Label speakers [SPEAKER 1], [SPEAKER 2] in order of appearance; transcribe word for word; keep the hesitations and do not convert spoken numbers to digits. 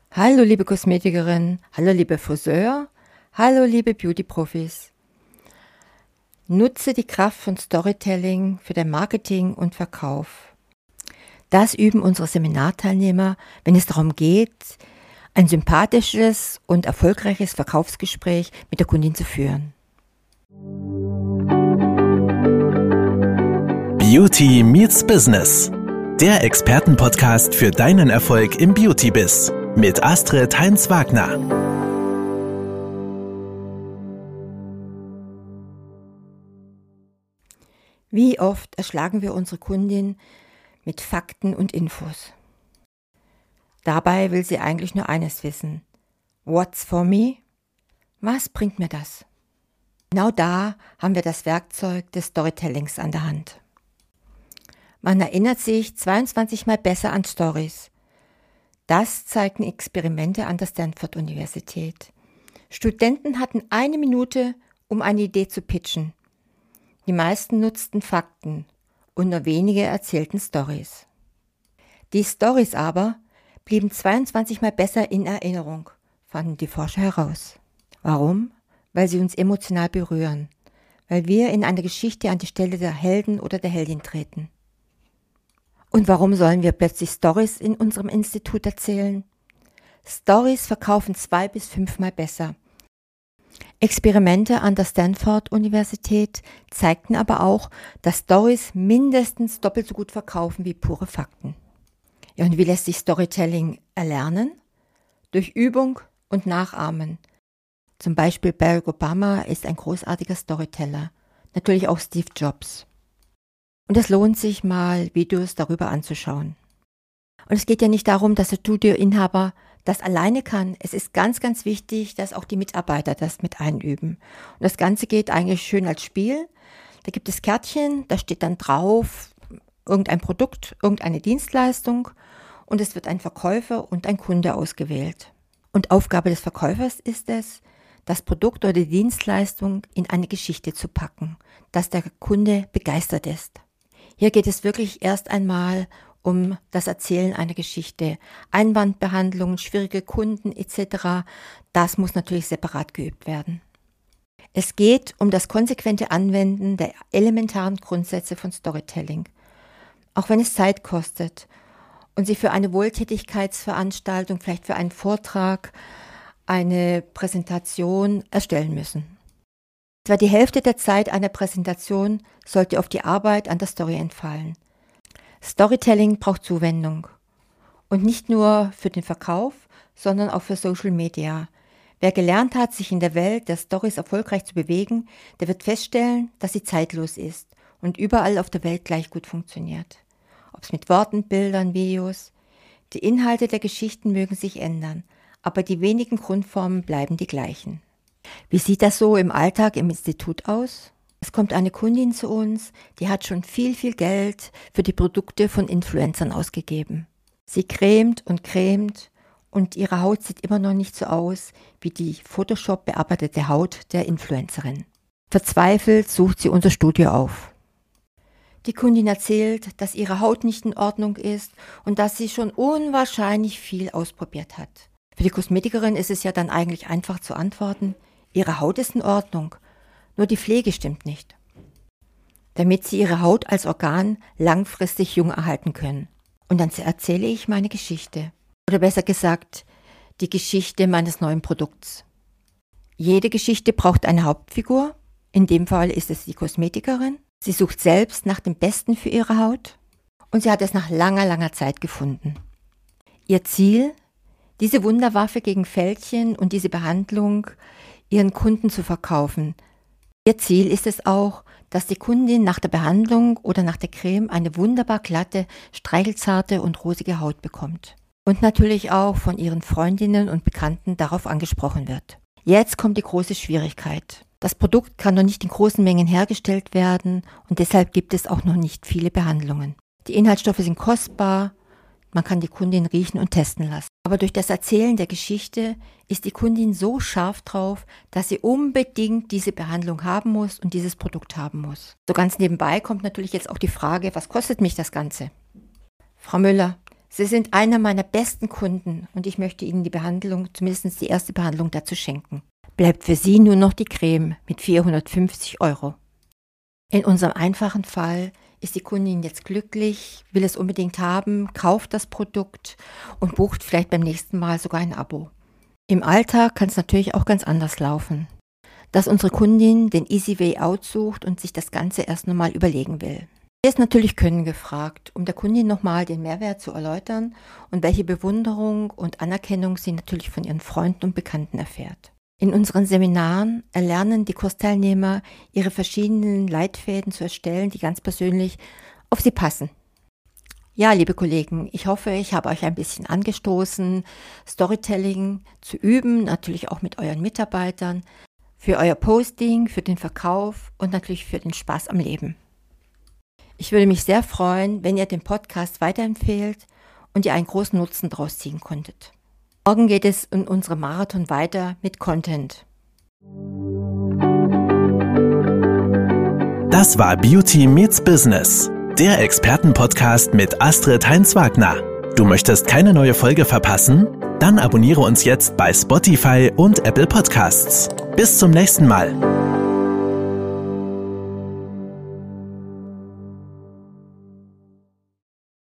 [SPEAKER 1] Hallo liebe Kosmetikerin, hallo liebe Friseur, hallo liebe Beauty-Profis. Nutze die Kraft von Storytelling für dein Marketing und Verkauf. Das üben unsere Seminarteilnehmer, wenn es darum geht, ein sympathisches und erfolgreiches Verkaufsgespräch mit der Kundin zu führen.
[SPEAKER 2] Beauty meets Business. Der Expertenpodcast für deinen Erfolg im Beauty-Biz mit Astrid Heinz-Wagner.
[SPEAKER 1] Wie oft erschlagen wir unsere Kundin mit Fakten und Infos? Dabei will sie eigentlich nur eines wissen. What's for me? Was bringt mir das? Genau da haben wir das Werkzeug des Storytellings an der Hand. Man erinnert sich zweiundzwanzig Mal besser an Stories. Das zeigten Experimente an der Stanford-Universität. Studenten hatten eine Minute, um eine Idee zu pitchen. Die meisten nutzten Fakten und nur wenige erzählten Stories. Die Stories aber blieben zweiundzwanzig Mal besser in Erinnerung, fanden die Forscher heraus. Warum? Weil sie uns emotional berühren, weil wir in einer Geschichte an die Stelle der Helden oder der Heldin treten. Und warum sollen wir plötzlich Stories in unserem Institut erzählen? Stories verkaufen zwei bis fünfmal besser. Experimente an der Stanford-Universität zeigten aber auch, dass Stories mindestens doppelt so gut verkaufen wie pure Fakten. Ja, und wie lässt sich Storytelling erlernen? Durch Übung und Nachahmen. Zum Beispiel Barack Obama ist ein großartiger Storyteller. Natürlich auch Steve Jobs. Und es lohnt sich mal, Videos darüber anzuschauen. Und es geht ja nicht darum, dass der Studioinhaber das alleine kann. Es ist ganz, ganz wichtig, dass auch die Mitarbeiter das mit einüben. Und das Ganze geht eigentlich schön als Spiel. Da gibt es Kärtchen, da steht dann drauf irgendein Produkt, irgendeine Dienstleistung und es wird ein Verkäufer und ein Kunde ausgewählt. Und Aufgabe des Verkäufers ist es, das Produkt oder die Dienstleistung in eine Geschichte zu packen, dass der Kunde begeistert ist. Hier geht es wirklich erst einmal um das Erzählen einer Geschichte. Einwandbehandlungen, schwierige Kunden et cetera. Das muss natürlich separat geübt werden. Es geht um das konsequente Anwenden der elementaren Grundsätze von Storytelling. Auch wenn es Zeit kostet und Sie für eine Wohltätigkeitsveranstaltung, vielleicht für einen Vortrag, eine Präsentation erstellen müssen. Etwa die Hälfte der Zeit einer Präsentation sollte auf die Arbeit an der Story entfallen. Storytelling braucht Zuwendung. Und nicht nur für den Verkauf, sondern auch für Social Media. Wer gelernt hat, sich in der Welt der Stories erfolgreich zu bewegen, der wird feststellen, dass sie zeitlos ist und überall auf der Welt gleich gut funktioniert. Ob es mit Worten, Bildern, Videos. Die Inhalte der Geschichten mögen sich ändern, aber die wenigen Grundformen bleiben die gleichen. Wie sieht das so im Alltag im Institut aus? Es kommt eine Kundin zu uns, die hat schon viel, viel Geld für die Produkte von Influencern ausgegeben. Sie cremt und cremt und ihre Haut sieht immer noch nicht so aus wie die Photoshop bearbeitete Haut der Influencerin. Verzweifelt sucht sie unser Studio auf. Die Kundin erzählt, dass ihre Haut nicht in Ordnung ist und dass sie schon unwahrscheinlich viel ausprobiert hat. Für die Kosmetikerin ist es ja dann eigentlich einfach zu antworten: Ihre Haut ist in Ordnung, nur die Pflege stimmt nicht. Damit Sie Ihre Haut als Organ langfristig jung erhalten können. Und dann erzähle ich meine Geschichte. Oder besser gesagt, die Geschichte meines neuen Produkts. Jede Geschichte braucht eine Hauptfigur. In dem Fall ist es die Kosmetikerin. Sie sucht selbst nach dem Besten für ihre Haut. Und sie hat es nach langer, langer Zeit gefunden. Ihr Ziel: diese Wunderwaffe gegen Fältchen und diese Behandlung ihren Kunden zu verkaufen. Ihr Ziel ist es auch, dass die Kundin nach der Behandlung oder nach der Creme eine wunderbar glatte, streichelzarte und rosige Haut bekommt. Und natürlich auch von ihren Freundinnen und Bekannten darauf angesprochen wird. Jetzt kommt die große Schwierigkeit. Das Produkt kann noch nicht in großen Mengen hergestellt werden und deshalb gibt es auch noch nicht viele Behandlungen. Die Inhaltsstoffe sind kostbar. Man kann die Kundin riechen und testen lassen. Aber durch das Erzählen der Geschichte ist die Kundin so scharf drauf, dass sie unbedingt diese Behandlung haben muss und dieses Produkt haben muss. So ganz nebenbei kommt natürlich jetzt auch die Frage: Was kostet mich das Ganze? Frau Müller, Sie sind einer meiner besten Kunden und ich möchte Ihnen die Behandlung, zumindest die erste Behandlung dazu schenken. Bleibt für Sie nur noch die Creme mit vierhundertfünfzig Euro. In unserem einfachen Fall ist die Kundin jetzt glücklich, will es unbedingt haben, kauft das Produkt und bucht vielleicht beim nächsten Mal sogar ein Abo. Im Alltag kann es natürlich auch ganz anders laufen, dass unsere Kundin den Easy Way Out sucht und sich das Ganze erst nochmal überlegen will. Hier ist natürlich Können gefragt, um der Kundin nochmal den Mehrwert zu erläutern und welche Bewunderung und Anerkennung sie natürlich von ihren Freunden und Bekannten erfährt. In unseren Seminaren erlernen die Kursteilnehmer, ihre verschiedenen Leitfäden zu erstellen, die ganz persönlich auf sie passen. Ja, liebe Kollegen, ich hoffe, ich habe euch ein bisschen angestoßen, Storytelling zu üben, natürlich auch mit euren Mitarbeitern, für euer Posting, für den Verkauf und natürlich für den Spaß am Leben. Ich würde mich sehr freuen, wenn ihr den Podcast weiterempfehlt und ihr einen großen Nutzen daraus ziehen konntet. Morgen geht es in unserem Marathon weiter mit Content.
[SPEAKER 2] Das war Beauty Meets Business, der Expertenpodcast mit Astrid Heinz-Wagner. Du möchtest keine neue Folge verpassen? Dann abonniere uns jetzt bei Spotify und Apple Podcasts. Bis zum nächsten Mal.